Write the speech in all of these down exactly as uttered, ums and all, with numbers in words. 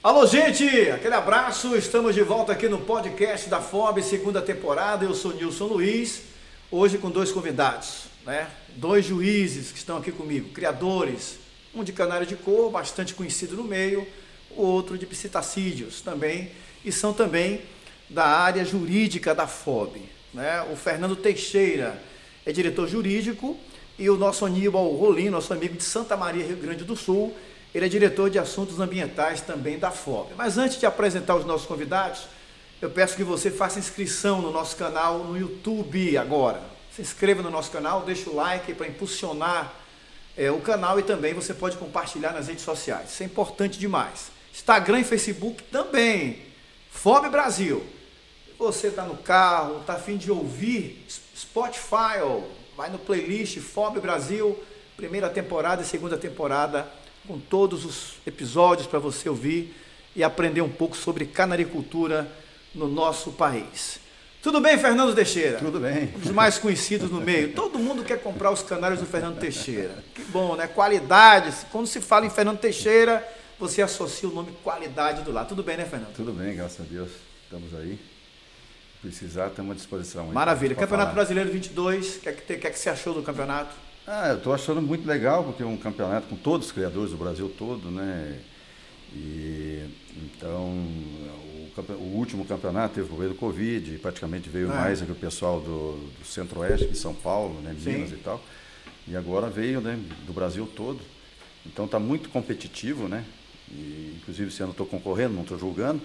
Alô, gente! Aquele abraço. Estamos de volta aqui no podcast da F O B, segunda temporada. Eu sou Nilson Luiz, hoje com dois convidados, né? Dois juízes que estão aqui comigo, criadores, um de canário de cor, bastante conhecido no meio, o outro de psitacídeos também, e são também da área jurídica da F O B, né? O Fernando Teixeira é diretor jurídico e o nosso Aníbal Rolim, nosso amigo de Santa Maria, Rio Grande do Sul, ele é diretor de assuntos ambientais também da F O B. Mas antes de apresentar os nossos convidados, eu peço que você faça inscrição no nosso canal no YouTube agora. Se inscreva no nosso canal, deixa o like para impulsionar é, o canal e também você pode compartilhar nas redes sociais. Isso é importante demais. Instagram e Facebook também. F O B Brasil. Você está no carro, está a fim de ouvir Spotify, vai no playlist F O B Brasil, primeira temporada e segunda temporada, com todos os episódios para você ouvir e aprender um pouco sobre canaricultura no nosso país. Tudo bem, Fernando Teixeira? Tudo bem. Um dos mais conhecidos no meio. Todo mundo quer comprar os canários do Fernando Teixeira. Que bom, né? Qualidade. Quando se fala em Fernando Teixeira, você associa o nome qualidade do lado. Tudo bem, né, Fernando? Tudo bem, graças a Deus. Estamos aí. Se precisar, estamos à disposição. Maravilha. Campeonato falar. Brasileiro vinte e dois, o que, é que, que, é que você achou do campeonato? Ah, eu estou achando muito legal, porque é um campeonato com todos os criadores do Brasil todo, né? E então, o, o último campeonato teve o problema do Covid, e praticamente veio é. mais aqui o pessoal do, do Centro-Oeste, de São Paulo, né? Minas Sim. e tal. E agora veio, né, do Brasil todo. Então está muito competitivo, né? E, inclusive esse ano estou concorrendo, não estou julgando.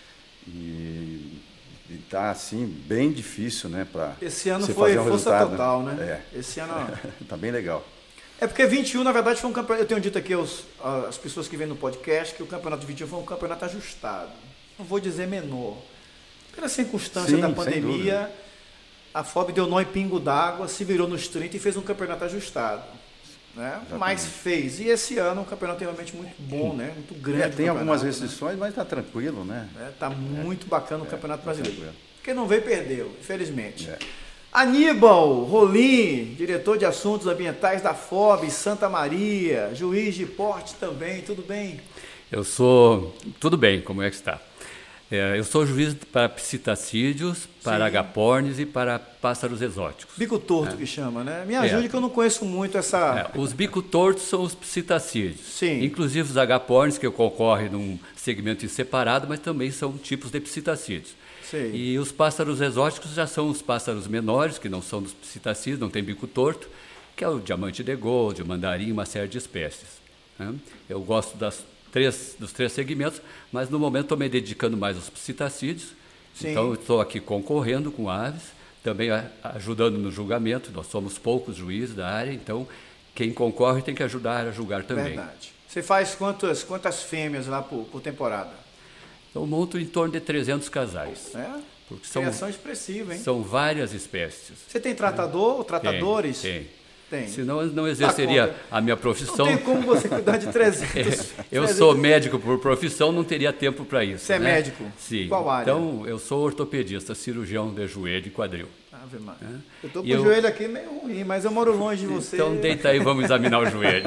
E está assim bem difícil, né, para esse ano foi um força resultado, total, né? né? É. Esse ano tá bem legal. É porque vinte e um, na verdade, foi um campeonato. Eu tenho dito aqui aos, às pessoas que vêm no podcast que o campeonato de vinte e um foi um campeonato ajustado. Não vou dizer menor. Pela circunstância Sim, da pandemia, a F O B deu nó em pingo d'água, se virou nos trinta e fez um campeonato ajustado. Né? Mas fez. E esse ano um campeonato realmente muito bom, né? Muito grande. É, tem algumas restrições, né? Mas está tranquilo, né? Está é, muito é, bacana o é, Campeonato Brasileiro. Tá Quem não veio, perdeu, infelizmente. É. Aníbal Rolim, diretor de assuntos ambientais da F O B, Santa Maria, juiz de porte também, tudo bem? Eu sou... Tudo bem, como é que está? É, eu sou juiz para psitacídeos, para Sim. agapornis e para pássaros exóticos. Bico torto é. que chama, né? Me ajude é. que eu não conheço muito essa... É, os bico tortos são os psitacídeos. Sim. Inclusive os agapornis, que concorrem num segmento separado, mas também são tipos de psitacídeos. Sim. E os pássaros exóticos já são os pássaros menores, que não são dos psitacídeos, não tem bico torto, que é o diamante de gold, o mandarim, uma série de espécies. Né? Eu gosto das... Três, dos três segmentos, mas no momento estou me dedicando mais aos psitacídeos. Sim. Então estou aqui concorrendo com aves, também ajudando no julgamento. Nós somos poucos juízes da área, então quem concorre tem que ajudar a julgar também. Verdade. Você faz quantas, quantas fêmeas lá por, por temporada? Eu monto em torno de trezentos casais. É? Porque são, Criação expressiva, hein? São várias espécies. Você tem tratador ou tratadores? Tem, tem. Tem. Senão eu não exerceria a minha profissão. Não tem como você cuidar de trezentos. É, eu sou médico por profissão, não teria tempo para isso. Você né? é médico? Sim. Qual área? Então, eu sou ortopedista, cirurgião de joelho e quadril. Ave Maria. É? Eu estou com eu... o joelho aqui meio ruim, mas eu moro longe de você. Então, deita aí, vamos examinar o joelho.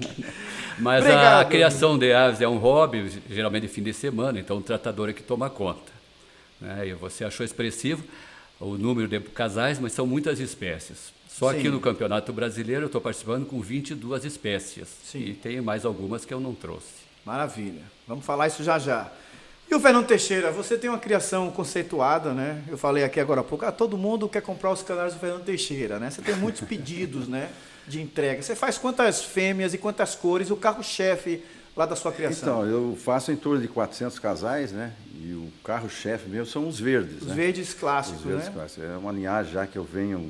Mas Obrigado, a criação de aves é um hobby, geralmente de fim de semana, então o tratador é que toma conta. Né? E você achou expressivo o número de casais, mas são muitas espécies. Só Sim. aqui no Campeonato Brasileiro eu estou participando com vinte e duas espécies. Sim. E tem mais algumas que eu não trouxe. Maravilha. Vamos falar isso já já. E o Fernando Teixeira, você tem uma criação conceituada, né? Eu falei aqui agora há pouco, ah, todo mundo quer comprar os canários do Fernando Teixeira, né? Você tem muitos pedidos, né, de entrega. Você faz quantas fêmeas e quantas cores, o carro-chefe lá da sua criação? Então, eu faço em torno de quatrocentos casais, né? E o carro-chefe mesmo são os verdes, Os né? verdes clássicos, os verdes né? clássicos. É uma linhagem já que eu venho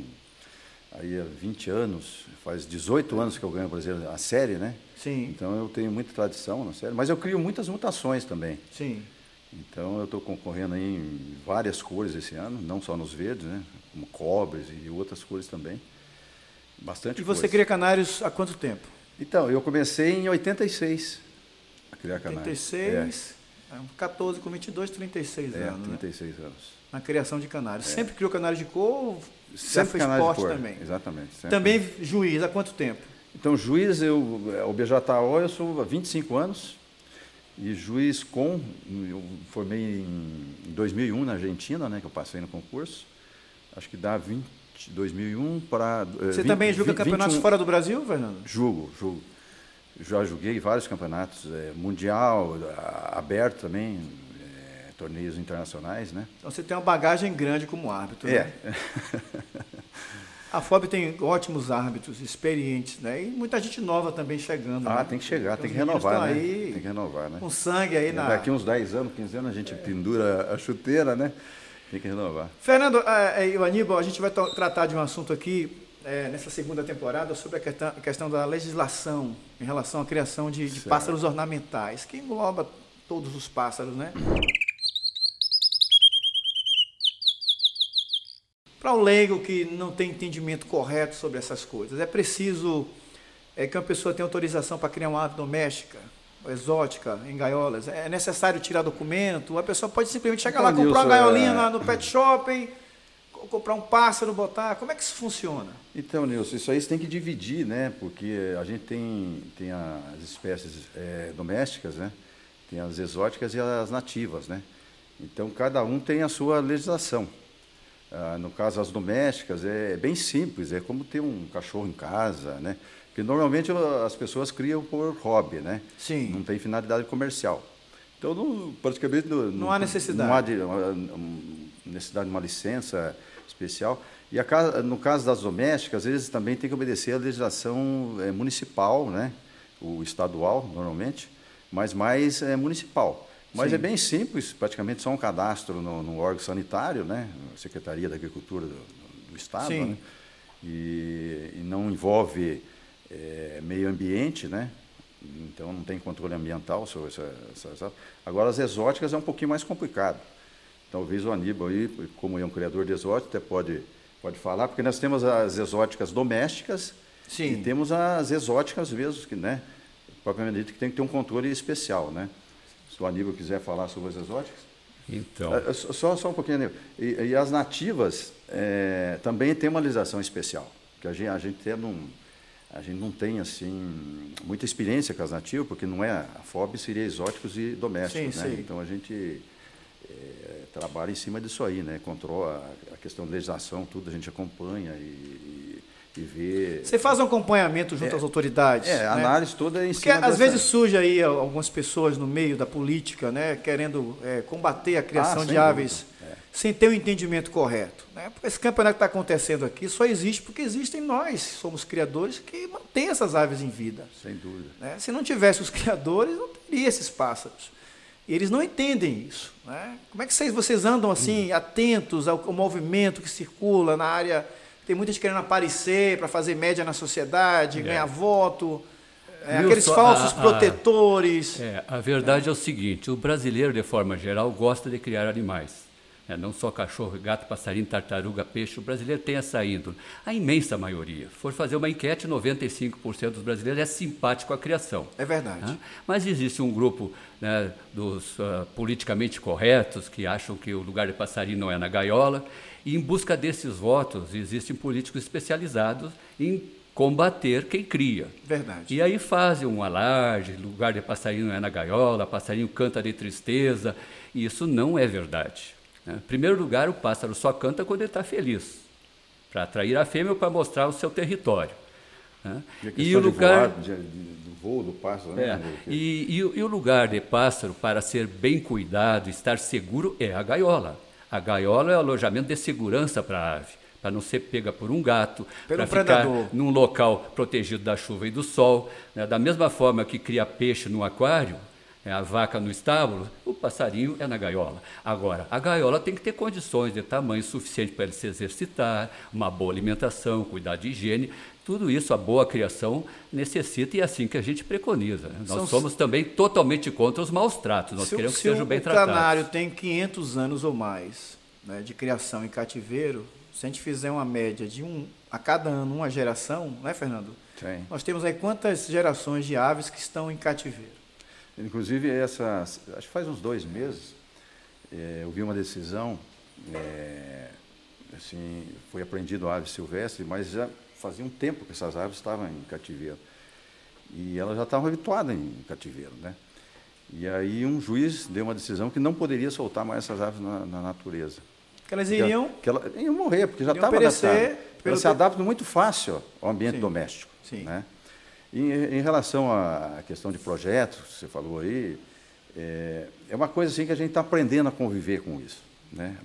aí há vinte anos, faz dezoito anos que eu ganho, por exemplo, a série, né? Sim. Então eu tenho muita tradição na série, mas eu crio muitas mutações também. Sim. Então eu estou concorrendo aí em várias cores esse ano, não só nos verdes, né? Como cobres e outras cores também. Bastante E você coisa. cria canários há quanto tempo? Então, eu comecei em oitenta e seis a criar canários. oitenta e seis, é. quatorze com vinte e dois, trinta e seis é, anos, trinta e seis né? anos. Na criação de canários. É. Sempre criou canário de cor? Sempre fez canário porte de cor, também? exatamente. Sempre. Também juiz, há quanto tempo? Então, juiz, eu, o B J O, eu sou há vinte e cinco anos E juiz com, eu formei em dois mil e um na Argentina, né, que eu passei no concurso, acho que dá vinte, dois mil e um para... Você vinte, também julga vinte, campeonatos vinte e um, fora do Brasil, Fernando? Julgo, julgo. Já joguei vários campeonatos, é, mundial, aberto também, é, torneios internacionais, né? Então você tem uma bagagem grande como árbitro, é. né? A F O B tem ótimos árbitros, experientes, né? E muita gente nova também chegando. Ah, né? tem que chegar, tem que renovar, né? Aí, tem que renovar, né? Com sangue aí na... Daqui uns dez anos, quinze anos, a gente é. pendura a chuteira, né? Tem que renovar. Fernando é, e o Aníbal, a gente vai tratar de um assunto aqui, é, nessa segunda temporada, sobre a questão, a questão da legislação em relação à criação de, de pássaros ornamentais, que engloba todos os pássaros, né? Para o leigo que não tem entendimento correto sobre essas coisas, é preciso é, que uma pessoa tenha autorização para criar uma ave doméstica, exótica, em gaiolas. É necessário tirar documento? A pessoa pode simplesmente chegar então, lá, comprar Nilson, uma gaiolinha é... lá no pet shopping, comprar um pássaro, botar. Como é que isso funciona? Então, Nilson, isso aí você tem que dividir, né? Porque a gente tem, tem as espécies é, domésticas, né? Tem as exóticas e as nativas, né? Então, cada um tem a sua legislação. Ah, no caso, as domésticas, é bem simples, é como ter um cachorro em casa, né? Porque normalmente as pessoas criam por hobby, né? Sim. Não tem finalidade comercial. Então, não, praticamente... Não, não há necessidade. Não há de, uma, necessidade de uma licença especial. E a, no caso das domésticas, eles também têm que obedecer à legislação é, municipal, né? O estadual, normalmente, mas mais é, municipal. Mas Sim. é bem simples, praticamente só um cadastro no, no órgão sanitário, né? Secretaria da Agricultura do, do Estado, Sim. né? E, e não envolve é, meio ambiente, né? Então não tem controle ambiental sobre essa, essa... Agora, as exóticas é um pouquinho mais complicado. Talvez o Aníbal, aí, como é um criador de exóticos, até pode, pode falar, porque nós temos as exóticas domésticas Sim. e temos as exóticas mesmo, que, né? Propriamente dito, que tem que ter um controle especial, né? Se o Aníbal quiser falar sobre as exóticas. Então. Só, só um pouquinho, Aníbal. E, e as nativas é, também tem uma legislação especial, que a gente, a gente, tem um, a gente não tem assim, muita experiência com as nativas, porque não é, a F O B seria exóticos e domésticos. Sim, né? sim. Então a gente é, trabalha em cima disso aí, né? Controla a, a questão de legislação, tudo, a gente acompanha e, e e ver... Você faz um acompanhamento junto é, às autoridades. É, a né? análise toda é em Porque cima às dessa... vezes surge aí algumas pessoas no meio da política, né, querendo é, combater a criação ah, de aves é. sem ter o um entendimento correto. Né? Esse campeonato que está acontecendo aqui só existe porque existem nós, somos criadores, que mantêm essas aves em vida. Sem dúvida. Né? Se não tivesse os criadores, não teria esses pássaros. E eles não entendem isso. Né? Como é que vocês, vocês andam assim, hum. atentos ao, ao movimento que circula na área... Tem muita gente querendo aparecer para fazer média na sociedade, é. ganhar voto, é, aqueles só, falsos a, a, protetores. É, a verdade é. é o seguinte, o brasileiro, de forma geral, gosta de criar animais. É, não só cachorro, gato, passarinho, tartaruga, peixe, o brasileiro tem essa índole. A imensa maioria. Se for fazer uma enquete, noventa e cinco por cento dos brasileiros é simpático à criação. É verdade. Né? Mas existe um grupo, né, dos uh, politicamente corretos que acham que o lugar de passarinho não é na gaiola. E em busca desses votos, existem políticos especializados em combater quem cria. Verdade. E aí fazem um alarde, lugar de passarinho não é na gaiola, passarinho canta de tristeza, e isso não é verdade. Né? Em primeiro lugar, o pássaro só canta quando ele está feliz, para atrair a fêmea ou para mostrar o seu território. Né? E, e o lugar de voar, de, do voo do pássaro, né? É, e, e, e o lugar de pássaro, para ser bem cuidado, estar seguro, é a gaiola. A gaiola é o alojamento de segurança para a ave, para não ser pega por um gato, para ficar num local protegido da chuva e do sol. Né? Da mesma forma que cria peixe no aquário, é, a vaca no estábulo, o passarinho é na gaiola. Agora, a gaiola tem que ter condições de tamanho suficiente para ele se exercitar, uma boa alimentação, cuidar de higiene. Tudo isso, a boa criação necessita e é assim que a gente preconiza. Né? Nós São... somos também totalmente contra os maus tratos, nós se, queremos se que sejam bem tratados. Se o canário tem quinhentos anos ou mais, né, de criação em cativeiro, se a gente fizer uma média de um a cada ano, uma geração, não é, Fernando? Sim. Nós temos aí quantas gerações de aves que estão em cativeiro? Inclusive, essa, acho que faz uns dois meses, é, eu vi uma decisão, é, assim, foi apreendido a ave silvestre, mas já fazia um tempo que essas aves estavam em cativeiro. E elas já estavam habituadas em cativeiro, né? E aí um juiz deu uma decisão que não poderia soltar mais essas aves na, na natureza. Que elas iriam... Que, ela, que ela, iam morrer, porque já iriam estava adaptada. Elas se te... adaptam muito fácil ao ambiente Sim. doméstico. Sim. Né? E, em relação à questão de projetos, que você falou aí, é, é uma coisa assim que a gente está aprendendo a conviver com isso. Né?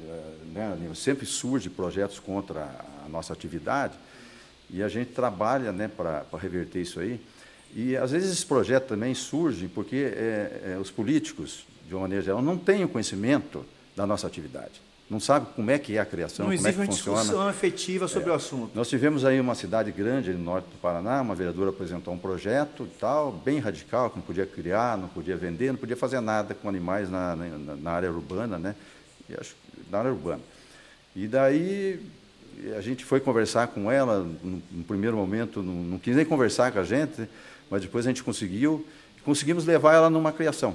Né, sempre surge projetos contra a nossa atividade e a gente trabalha, né, para reverter isso aí. E, às vezes, esses projetos também surgem porque é, é, os políticos, de uma maneira geral, não têm o conhecimento da nossa atividade. Não sabem como é que é a criação, não como é que existe funciona. Uma discussão efetiva sobre é. o assunto. Nós tivemos aí uma cidade grande no norte do Paraná, uma vereadora apresentou um projeto tal, bem radical, que não podia criar, não podia vender, não podia fazer nada com animais na, na, na área urbana, né? E acho, na área urbana. E daí a gente foi conversar com ela, no, no primeiro momento não, não quis nem conversar com a gente, mas depois a gente conseguiu, conseguimos levar ela numa criação.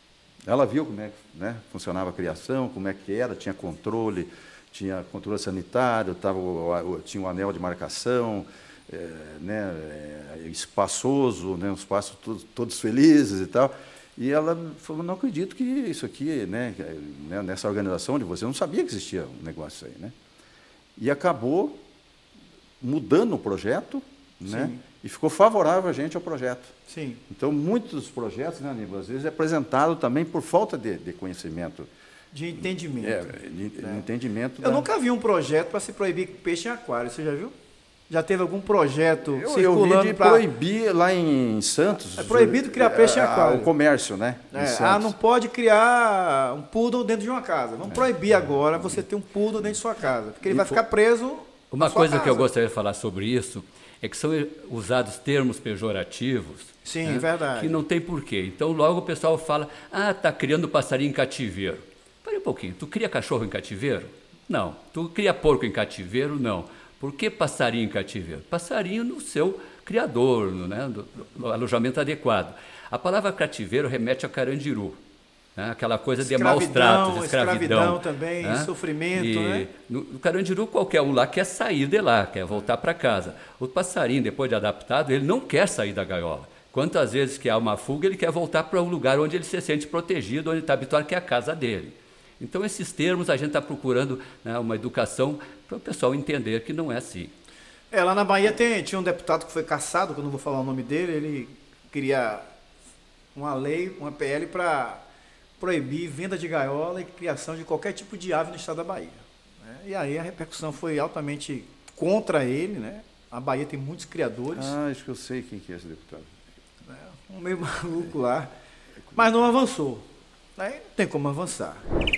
Ela viu como é que, né, funcionava a criação, como é que era, tinha controle, tinha controle sanitário, tava, tinha um anel de marcação, é, né, é, espaçoso, né, um espaço todos, todos felizes e tal. E ela falou, não acredito que isso aqui, né, nessa organização de vocês, eu não sabia que existia um negócio aí. Né? E acabou mudando o projeto, né, e ficou favorável a gente ao projeto. Sim. Então, muitos dos projetos, né, Aníbal, às vezes é apresentado também por falta de, de conhecimento. De entendimento. É, de, né? de entendimento. Eu da... nunca vi um projeto para se proibir peixe em aquário, você já viu? Já teve algum projeto eu, circulando eu vi de pra... proibir lá em Santos. É proibido criar peixe em aquário. O comércio, né? É, ah, não pode criar um poodle dentro de uma casa. Vamos é. proibir agora você ter um poodle dentro de sua casa, porque ele e vai ficar preso. Uma coisa casa. que eu gostaria de falar sobre isso é que são usados termos pejorativos. Sim, né, verdade. Que não tem porquê. Então, logo o pessoal fala, ah, está criando passarinho em cativeiro. Espera um pouquinho, tu cria cachorro em cativeiro? Não. Tu cria porco em cativeiro? Não. Por que passarinho em cativeiro? Passarinho no seu criador, no, né, do, do alojamento adequado. A palavra cativeiro remete a carandiru. Né, aquela coisa de maus tratos, escravidão. Escravidão também, né, sofrimento. E né? no, no carandiru, qualquer um lá quer sair de lá, quer voltar para casa. O passarinho, depois de adaptado, ele não quer sair da gaiola. Quantas vezes que há uma fuga, ele quer voltar para um lugar onde ele se sente protegido, onde ele está habituado, que é a casa dele. Então, esses termos, a gente está procurando, né, uma educação para o pessoal entender que não é assim. É, lá na Bahia tem, tinha um deputado que foi cassado, que eu não vou falar o nome dele, ele queria uma lei, uma P L para proibir venda de gaiola e criação de qualquer tipo de ave no estado da Bahia. Né? E aí a repercussão foi altamente contra ele, né? A Bahia tem muitos criadores. Ah, acho que eu sei quem que é esse deputado. Né? Um meio maluco lá, mas não avançou. Aí não tem como avançar.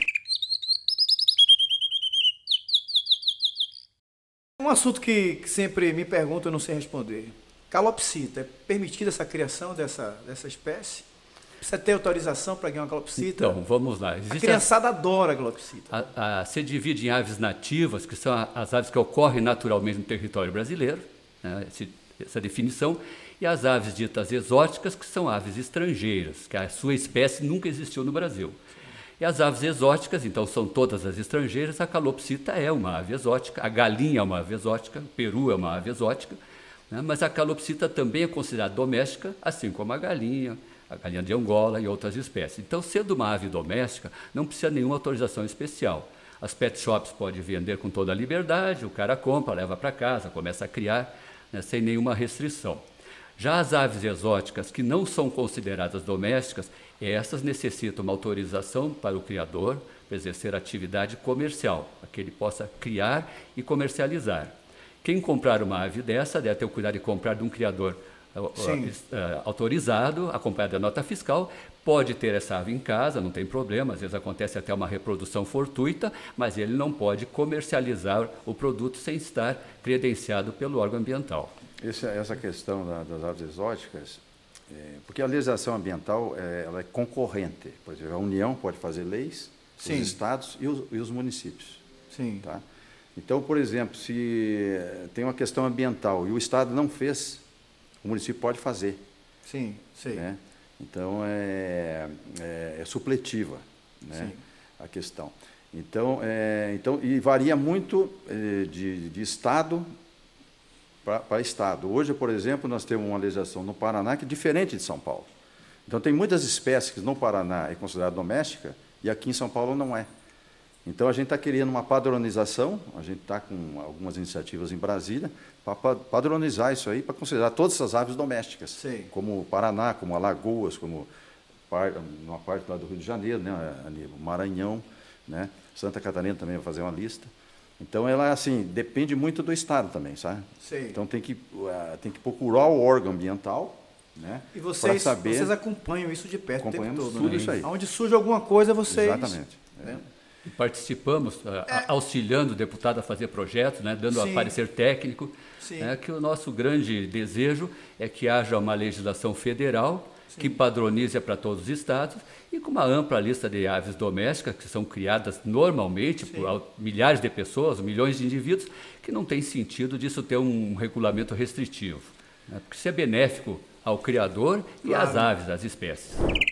Um assunto que, que sempre me perguntam e eu não sei responder. Calopsita, é permitida essa criação dessa, dessa espécie? Precisa ter autorização para ganhar uma calopsita? Então, vamos lá. Existe a criançada a... adora a calopsita. A, a, se divide em aves nativas, que são a, as aves que ocorrem naturalmente no território brasileiro, né, esse, essa definição, e as aves ditas exóticas, que são aves estrangeiras, que a sua espécie nunca existiu no Brasil. E as aves exóticas, então, são todas as estrangeiras. A calopsita é uma ave exótica, a galinha é uma ave exótica, o peru é uma ave exótica, né? Mas a calopsita também é considerada doméstica, assim como a galinha, a galinha de Angola e outras espécies. Então, sendo uma ave doméstica, não precisa de nenhuma autorização especial. As pet shops podem vender com toda a liberdade, o cara compra, leva para casa, começa a criar, né, sem nenhuma restrição. Já as aves exóticas, que não são consideradas domésticas, essas necessitam uma autorização para o criador para exercer atividade comercial, para que ele possa criar e comercializar. Quem comprar uma ave dessa deve ter o cuidado de comprar de um criador uh, uh, autorizado, acompanhado da nota fiscal, pode ter essa ave em casa, não tem problema, às vezes acontece até uma reprodução fortuita, mas ele não pode comercializar o produto sem estar credenciado pelo órgão ambiental. Essa, essa questão da, das aves exóticas, é, porque a legislação ambiental é, ela é concorrente. Por exemplo, a União pode fazer leis, Sim. os estados e os, e os municípios. Sim. Tá? Então, por exemplo, se tem uma questão ambiental e o estado não fez, o município pode fazer. Sim, sim. Né? Então, é, é, é supletiva, né, a questão. Então, é, então, e varia muito é, de, de estado para estado. Hoje, por exemplo, nós temos uma legislação no Paraná que é diferente de São Paulo. Então, tem muitas espécies que no Paraná é considerada doméstica e aqui em São Paulo não é. Então, a gente está querendo uma padronização, a gente está com algumas iniciativas em Brasília, para padronizar isso aí, para considerar todas essas aves domésticas, Sim. como o Paraná, como Alagoas, como uma parte lá do Rio de Janeiro, né, o Maranhão, né, Santa Catarina também vai fazer uma lista. Então, ela, assim, depende muito do estado também, sabe? Sim. Então, tem que, uh, tem que procurar o órgão ambiental, né, e vocês, saber... vocês acompanham isso de perto o tempo todo, tudo né? isso aí. Onde surge alguma coisa, vocês... Exatamente. Né? E participamos, é. auxiliando o deputado a fazer projetos, né, dando Sim. a parecer técnico, né, que o nosso grande desejo é que haja uma legislação federal Sim. que padronize para todos os estados e com uma ampla lista de aves domésticas que são criadas normalmente Sim. por milhares de pessoas, milhões de indivíduos, que não tem sentido disso ter um regulamento restritivo, né, porque isso é benéfico ao criador e claro. às aves, às espécies.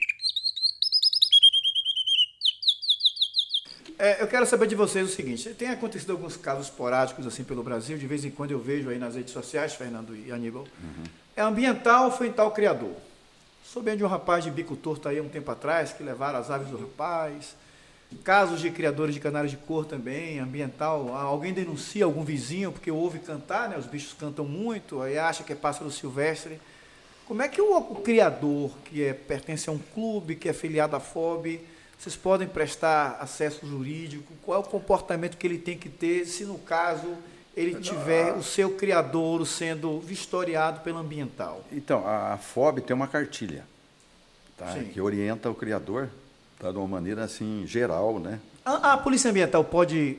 É, eu quero saber de vocês o seguinte, tem acontecido alguns casos esporádicos assim pelo Brasil, de vez em quando eu vejo aí nas redes sociais, Fernando e Aníbal, uhum. é ambiental foi tal criador. Soube de um rapaz de bico torto aí há um tempo atrás, que levaram as aves do rapaz, casos de criadores de canários de cor também, ambiental, alguém denuncia algum vizinho porque ouve cantar, né? Os bichos cantam muito, aí acha que é pássaro silvestre. Como é que o, o criador, que é, pertence a um clube, que é filiado à F O B, vocês podem prestar acesso jurídico? Qual é o comportamento que ele tem que ter se, no caso, ele tiver o seu criador sendo vistoriado pela ambiental? Então, a F O B tem uma cartilha, tá, que orienta o criador, tá, de uma maneira assim, geral, né? A, a Polícia Ambiental pode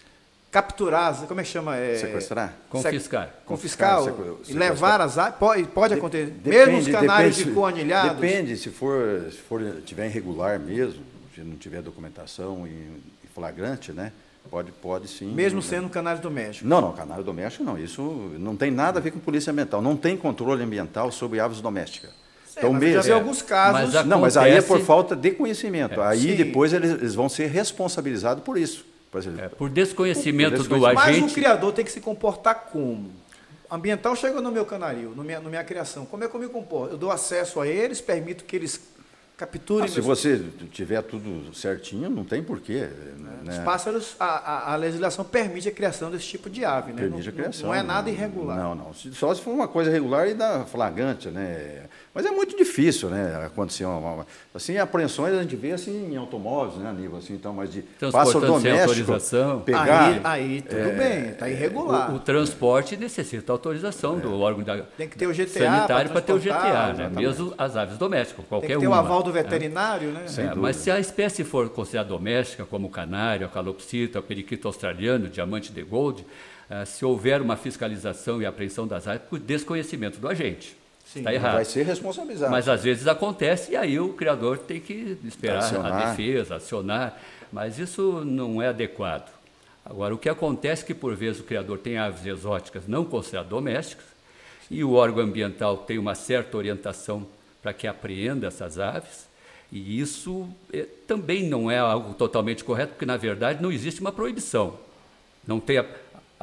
capturar, como é que chama? É, sequestrar? Confiscar. Sec, confiscar, confiscar e levar as aves? Pode, pode acontecer. Depende, mesmo os canários depende, de cor anilhados? Depende, se for, se for tiver irregular mesmo, se não tiver documentação e flagrante, né? Pode, pode sim. Mesmo né? sendo canário doméstico? Não, não, canário doméstico não. Isso não tem nada a ver com polícia ambiental. Não tem controle ambiental sobre aves domésticas. Sim, então, mas mesmo, já vi é, alguns casos... Mas acontece... Não, mas aí é por falta de conhecimento. É, aí sim. depois eles, eles vão ser responsabilizados por isso. Por, exemplo, é, por, desconhecimento por desconhecimento do agente... Mas o criador tem que se comportar como? Ambiental chegou no meu canarinho, no minha, na minha criação. Como é que eu me comporto? Eu dou acesso a eles, permito que eles capturem... Ah, se você tiver tudo certinho, não tem porquê. Né? Os Né? pássaros, a, a, a legislação permite a criação desse tipo de ave, né? Permite não, a criação. Não é nada irregular. Não, não. Só se for uma coisa irregular e dá flagrante, né? Mas é muito difícil, né? Acontecer uma, uma... Assim, apreensões a gente vê assim em automóveis, né, nível assim, então, mas de pássaro doméstico, autorização. Pegar... Aí, aí tudo é, bem, está irregular. O, o transporte necessita autorização é. do órgão da, tem que ter o G T A sanitário para ter o G T A, né? Exatamente. Mesmo as aves domésticas, qualquer uma. Tem que ter uma, o aval do veterinário, né? É, mas se a espécie for considerada doméstica, como o canário, a calopsita, o periquito australiano, o diamante de gold, uh, se houver uma fiscalização e apreensão das aves por desconhecimento do agente. Está errado. Vai ser responsabilizado. Mas às vezes acontece e aí o criador tem que esperar acionar. a defesa, acionar, mas isso não é adequado. Agora, o que acontece é que, por vezes, o criador tem aves exóticas não consideradas domésticas e o órgão ambiental tem uma certa orientação para que apreenda essas aves, e isso é, também não é algo totalmente correto, porque, na verdade, não existe uma proibição. Não tem a,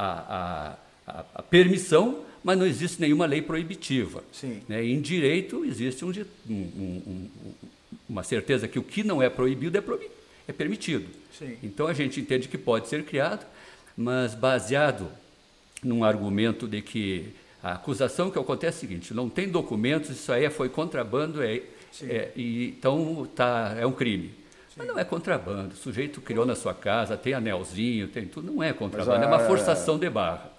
a, a, a permissão, mas não existe nenhuma lei proibitiva. Sim. Né? Em direito, existe um, um, um, uma certeza que o que não é proibido é, proibido, é permitido. Sim. Então, a gente entende que pode ser criado, mas baseado num argumento de que a acusação que acontece é a seguinte, não tem documentos, isso aí foi contrabando, é, é, e, então tá, é um crime. Sim. Mas não é contrabando, o sujeito criou na sua casa, tem anelzinho, tem tudo, não é contrabando, a, é uma forçação de barra.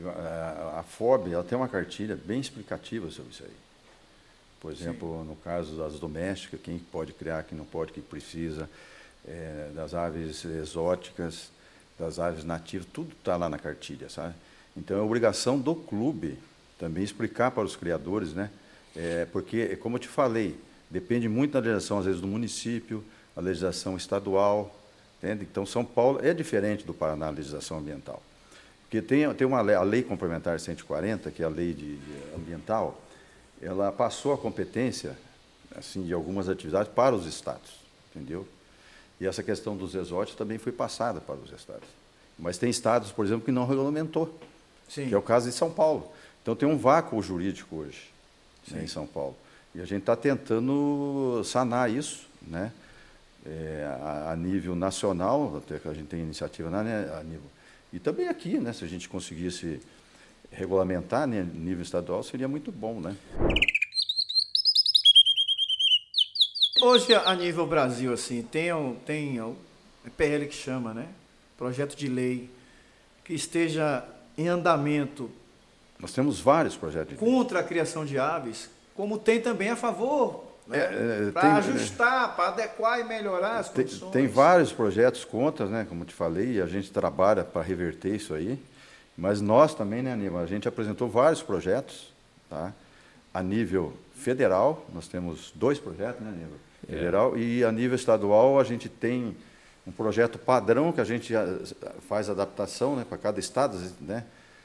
A F O B ela tem uma cartilha bem explicativa sobre isso aí. Por exemplo, Sim. no caso das domésticas, quem pode criar, quem não pode, quem precisa, é, das aves exóticas, das aves nativas, tudo está lá na cartilha, sabe? Então, é obrigação do clube também explicar para os criadores, né? É, porque, como eu te falei, depende muito da legislação, às vezes, do município, a legislação estadual, entende? Então, São Paulo é diferente do Paraná, a legislação ambiental. Porque tem, tem uma lei, a Lei Complementar cento e quarenta, que é a lei de, de ambiental, ela passou a competência assim, de algumas atividades para os estados, entendeu? E essa questão dos exóticos também foi passada para os estados. Mas tem estados, por exemplo, que não regulamentou, Sim. que é o caso de São Paulo. Então, tem um vácuo jurídico hoje, né, em São Paulo. E a gente está tentando sanar isso, né? É, a, a nível nacional, até que a gente tem iniciativa na, né, a nível, e também aqui, né? Se a gente conseguisse regulamentar, né, nível estadual, seria muito bom, né? Hoje, a nível Brasil, assim, tem, tem o P L que chama, né? Projeto de lei que esteja em andamento. Nós temos vários projetos de lei contra a criação de aves, como tem também a favor, né? É, é, para ajustar, é, para adequar e melhorar as tem, condições. Tem vários projetos contra, né? Como eu te falei, e a gente trabalha para reverter isso aí. Mas nós também, né, Aníbal? A gente apresentou vários projetos, tá? A nível federal, nós temos dois projetos, né, Aníbal? Federal, é. E a nível estadual, a gente tem um projeto padrão que a gente faz adaptação, né, para cada estado, né?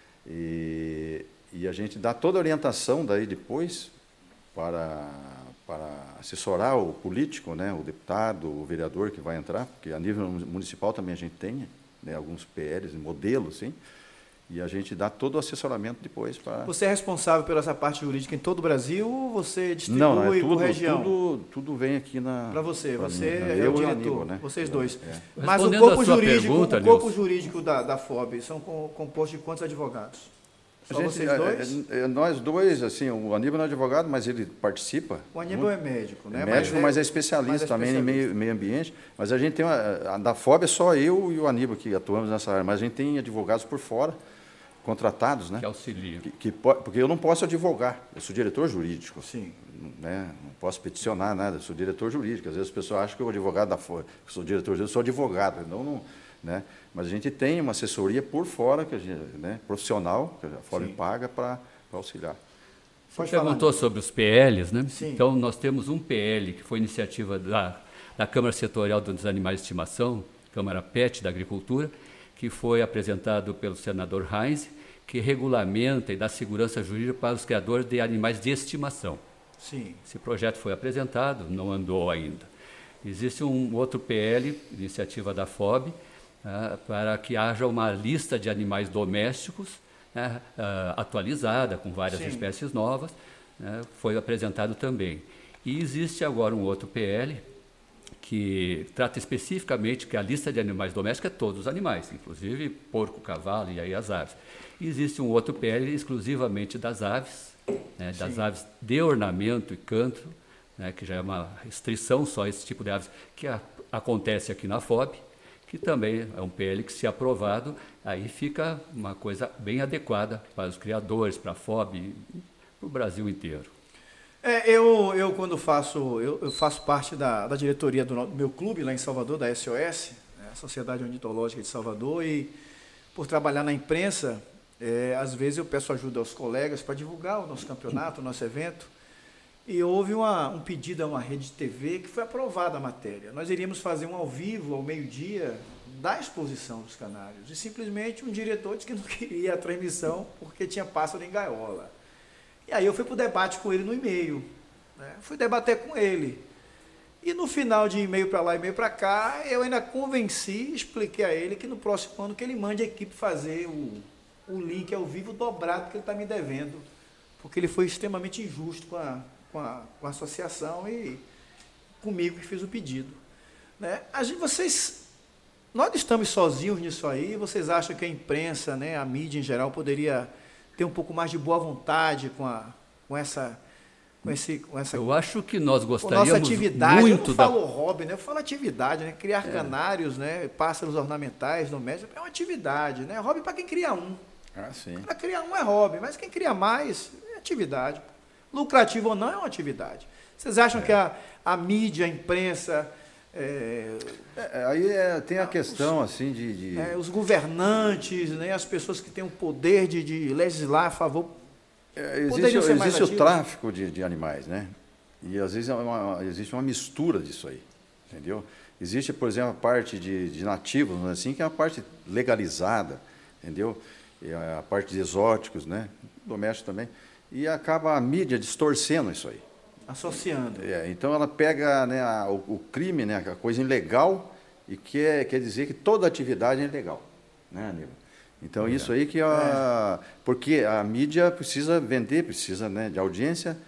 E, e a gente dá toda a orientação daí depois para, para assessorar o político, né, o deputado, o vereador que vai entrar, porque a nível municipal também a gente tem, né, alguns P Ls, modelos, sim. E a gente dá todo o assessoramento depois para... Você é responsável pela essa parte jurídica em todo o Brasil ou você distribui não, não, é tudo, por região? Tudo, tudo vem aqui na... Para você, você mim, é eu o diretor, Aníbal, né? vocês dois. É. Mas o corpo jurídico, pergunta, o corpo jurídico da, da F O B são compostos de quantos advogados? Só gente, vocês dois? É, é, nós dois, assim, o Aníbal não é advogado, mas ele participa. O Aníbal muito, é médico, né? É médico, mas é, mas é especialista mas é também especialista. em meio, meio ambiente. Mas a gente tem uma... A da F O B é só eu e o Aníbal que atuamos nessa área, mas a gente tem advogados por fora, contratados, né? Que auxilia. Que, que, porque eu não posso advogar, eu sou diretor jurídico. Sim. Né? Não posso peticionar nada, eu sou diretor jurídico. Às vezes as pessoas acham que eu sou advogado da F O B, eu sou diretor jurídico, eu sou advogado. Não, não, né? Mas a gente tem uma assessoria por fora, que a gente, né, profissional, que a F O B Sim. paga para auxiliar. Você perguntou sobre os P Ls, né? Sim. Então, nós temos um P L que foi iniciativa da, da Câmara Setorial dos Animais de Estimação, Câmara P E T da Agricultura, que foi apresentado pelo senador Heinz, que regulamenta e dá segurança jurídica para os criadores de animais de estimação. Sim. Esse projeto foi apresentado, não andou ainda. Existe um outro P L, iniciativa da F O B, ah, para que haja uma lista de animais domésticos, né, ah, atualizada, com várias Sim. espécies novas, né, foi apresentado também. E existe agora um outro P L, que trata especificamente que a lista de animais domésticos é todos os animais, inclusive porco, cavalo e aí as aves. E existe um outro P L exclusivamente das aves, né, das aves de ornamento e canto, né, que já é uma restrição só esse tipo de aves que a, acontece aqui na F O B, que também é um P L que, se aprovado, aí fica uma coisa bem adequada para os criadores, para a F O B e para o Brasil inteiro. É, eu, eu, quando faço, eu, eu faço parte da, da diretoria do meu clube lá em Salvador, da S O S, né, a Sociedade Ornitológica de Salvador, e por trabalhar na imprensa, é, às vezes eu peço ajuda aos colegas para divulgar o nosso campeonato, o nosso evento, e houve uma, um pedido a uma rede de T V que foi aprovada a matéria. Nós iríamos fazer um ao vivo, ao meio-dia, da exposição dos canários, e simplesmente um diretor disse que não queria a transmissão porque tinha pássaro em gaiola. E aí eu fui para o debate com ele no e-mail, né? Fui debater com ele. E no final de e-mail para lá e e-mail para cá, eu ainda convenci, expliquei a ele que no próximo ano que ele mande a equipe fazer o, o link ao vivo dobrado que ele está me devendo, porque ele foi extremamente injusto com a, com a, com a associação e comigo que fiz o pedido. Né? A gente, vocês, nós estamos sozinhos nisso aí, vocês acham que a imprensa, né, a mídia em geral, poderia ter um pouco mais de boa vontade com, a, com, essa, com, esse, com essa... Eu acho que nós gostaríamos nossa atividade, muito eu não falo da... hobby, né? Eu falo atividade, né? Criar é. canários, né? Pássaros ornamentais domésticos, é uma atividade, né? Hobby para quem cria um. Ah, sim. Para criar um é hobby, mas quem cria mais é atividade. Lucrativo ou não é uma atividade. Vocês acham é. que a, a mídia, a imprensa... É, é, aí é, tem a questão os, assim de, de... É, os governantes, né, as pessoas que têm o poder de, de legislar a favor. É, existe existe o tráfico de, de animais, né? E às vezes é uma, existe uma mistura disso aí, entendeu? Existe, por exemplo, a parte de, de nativos, assim, que é a parte legalizada, entendeu? E a, a parte de exóticos, né? Doméstico também. E acaba a mídia distorcendo isso aí. Associando. É, então ela pega, né, a, o, o crime, né, a coisa ilegal, e quer, quer dizer que toda atividade é ilegal, né, Aníbal? Então é. isso aí que a, é. porque a mídia precisa vender, precisa, né, de audiência,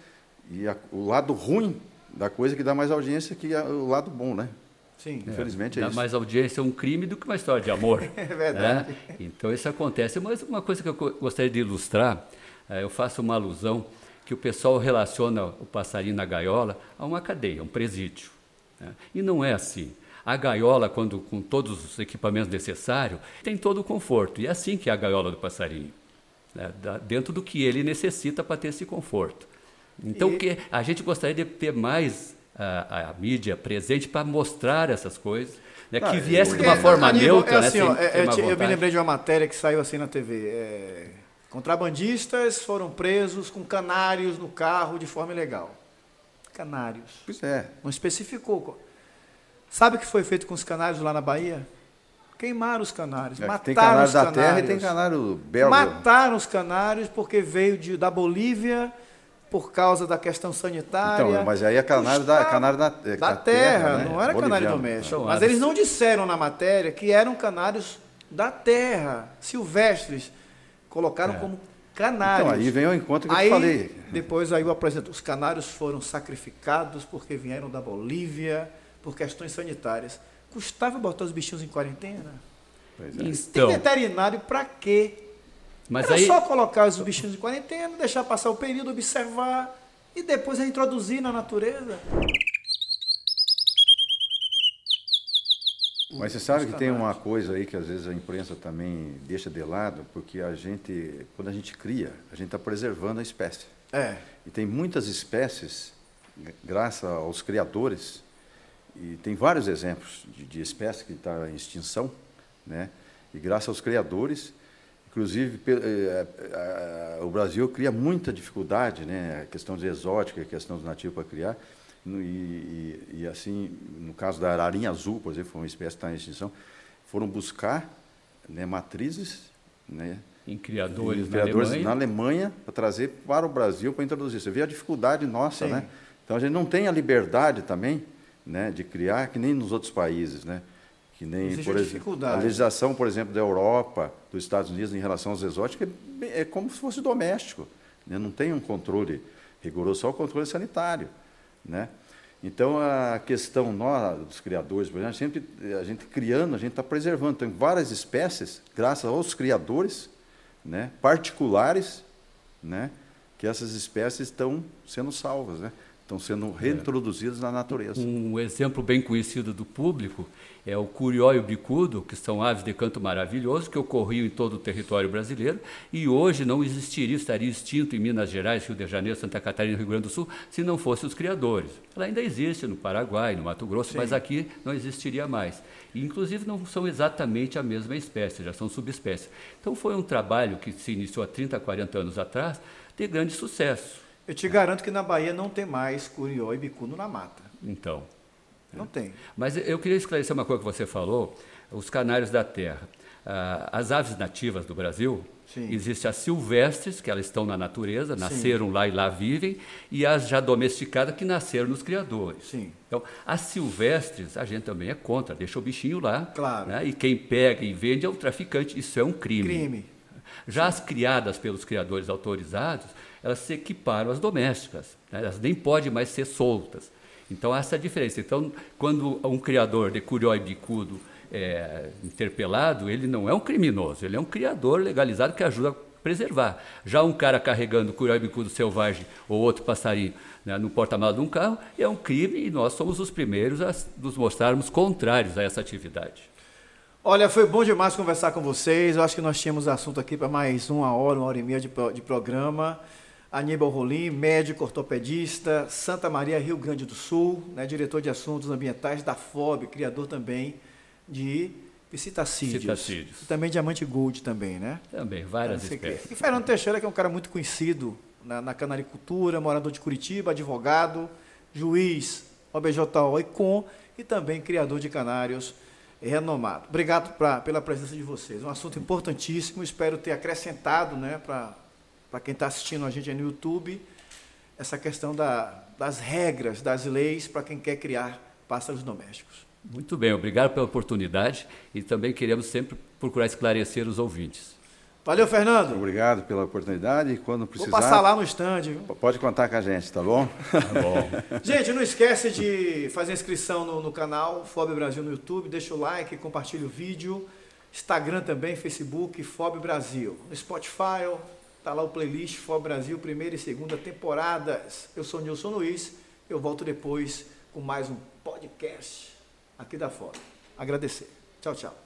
E a, o lado ruim da coisa é que dá mais audiência que a, o lado bom, né? Sim. Infelizmente é, é dá isso. Dá mais audiência um crime do que uma história de amor. É verdade. Né? Então isso acontece. Mas uma coisa que eu gostaria de ilustrar, eu faço uma alusão que o pessoal relaciona o passarinho na gaiola a uma cadeia, um presídio. Né? E não é assim. A gaiola, quando com todos os equipamentos necessários, tem todo o conforto. E é assim que é a gaiola do passarinho, né? Dentro do que ele necessita para ter esse conforto. Então, e... que a gente gostaria de ter mais a, a mídia presente para mostrar essas coisas, né? Ah, que viesse é, de uma é, forma Aníbal, neutra. É assim, né? ó, é, eu, eu me lembrei de uma matéria que saiu assim na T V. É, contrabandistas foram presos com canários no carro de forma ilegal. Canários. Pois é. Não especificou. Sabe o que foi feito com os canários lá na Bahia? Queimaram os canários, é, mataram tem canário os da canários. terra e tem canário belga. Mataram os canários porque veio de, da Bolívia por causa da questão sanitária. Então, mas aí é canário da, canário da, é, da da terra, terra, né? Não era Boliviano. Canário doméstico. Mas eles não disseram na matéria que eram canários da terra, silvestres. Colocaram é. como canários. Então, aí vem o encontro que aí, eu te falei. Depois aí eu apresento. Os canários foram sacrificados porque vieram da Bolívia por questões sanitárias. Custava botar os bichinhos em quarentena? Pois é. Então, tem veterinário para quê? Mas Era aí... só colocar os bichinhos em quarentena, deixar passar o período, observar e depois reintroduzir na natureza. Mas você sabe que tem uma coisa aí que às vezes a imprensa também deixa de lado, porque a gente, quando a gente cria, a gente está preservando a espécie. É. E tem muitas espécies, graças aos criadores, e tem vários exemplos de, de espécies que estão em extinção, né? E graças aos criadores, inclusive eh, eh, o Brasil cria muita dificuldade, né? A questão de exótica, a questão do nativo para criar. E, e, e assim, no caso da ararinha azul, por exemplo, foi uma espécie que está em extinção, foram buscar, né, matrizes, né, em criadores, em criadores na Alemanha, na Alemanha para trazer para o Brasil para introduzir. Você vê a dificuldade nossa, né? Então a gente não tem a liberdade também, né, de criar que nem nos outros países, né? Que nem, existe por exemplo, a legislação, por exemplo, da Europa, dos Estados Unidos em relação aos exóticos é, é como se fosse doméstico, né? Não tem um controle rigoroso, só o controle sanitário, né? Então a questão nós, dos criadores, por exemplo, sempre a gente criando, a gente está preservando. Tem várias espécies, graças aos criadores, né, particulares, né, que essas espécies estão sendo salvas, né? Estão sendo reintroduzidas é. na natureza. Um exemplo bem conhecido do público é o curió e o bicudo, que são aves de canto maravilhoso, que ocorriam em todo o território brasileiro, e hoje não existiria, estaria extinto em Minas Gerais, Rio de Janeiro, Santa Catarina, Rio Grande do Sul, se não fossem os criadores. Ela ainda existe no Paraguai, no Mato Grosso, Sim. mas aqui não existiria mais. E, inclusive, não são exatamente a mesma espécie, já são subespécies. Então, foi um trabalho que se iniciou há trinta, quarenta anos atrás, de grande sucesso. Eu te garanto que na Bahia não tem mais curió e bicudo na mata. Então. Não é. tem. Mas eu queria esclarecer uma coisa que você falou, os canários da terra. Ah, as aves nativas do Brasil, Sim. existem as silvestres, que elas estão na natureza, nasceram Sim. lá e lá vivem, e as já domesticadas, que nasceram nos criadores. Sim. Então, as silvestres, a gente também é contra, deixa o bichinho lá. Claro. Né, e quem pega e vende é um traficante, isso é um crime. Crime. Já Sim. as criadas pelos criadores autorizados, elas se equiparam às domésticas, né? Elas nem podem mais ser soltas. Então, essa é a diferença. Então, quando um criador de curió e bicudo é interpelado, ele não é um criminoso, ele é um criador legalizado que ajuda a preservar. Já um cara carregando curió e bicudo selvagem ou outro passarinho, né, no porta-malas de um carro, é um crime e nós somos os primeiros a nos mostrarmos contrários a essa atividade. Olha, foi bom demais conversar com vocês. Eu acho que nós tínhamos assunto aqui para mais uma hora, uma hora e meia de, de programa. Aníbal Rolim, médico ortopedista, Santa Maria, Rio Grande do Sul, né, diretor de assuntos ambientais da F O B, criador também de psitacídeos. Psitacídeos. E também diamante gold também, né? Também, várias espécies. E Fernando Teixeira, que é um cara muito conhecido na, na canaricultura, morador de Curitiba, advogado, juiz, O B J O e C O M e também criador de canários renomado. Obrigado pra, pela presença de vocês. Um assunto importantíssimo, espero ter acrescentado, né, para para quem está assistindo a gente aí no YouTube, essa questão da, das regras, das leis para quem quer criar pássaros domésticos. Muito bem, obrigado pela oportunidade e também queremos sempre procurar esclarecer os ouvintes. Valeu, Fernando. Obrigado pela oportunidade e quando precisar... Vou passar lá no stand. Viu? Pode contar com a gente, tá bom? Tá bom. Gente, não esquece de fazer inscrição no, no canal F O B Brasil no YouTube, deixa o like, compartilha o vídeo. Instagram também, Facebook, F O B Brasil. No Spotify, tá lá o playlist F O B Brasil, primeira e segunda temporadas. Eu sou Nilson Luiz, eu volto depois com mais um podcast aqui da F O B. Agradecer. Tchau, tchau.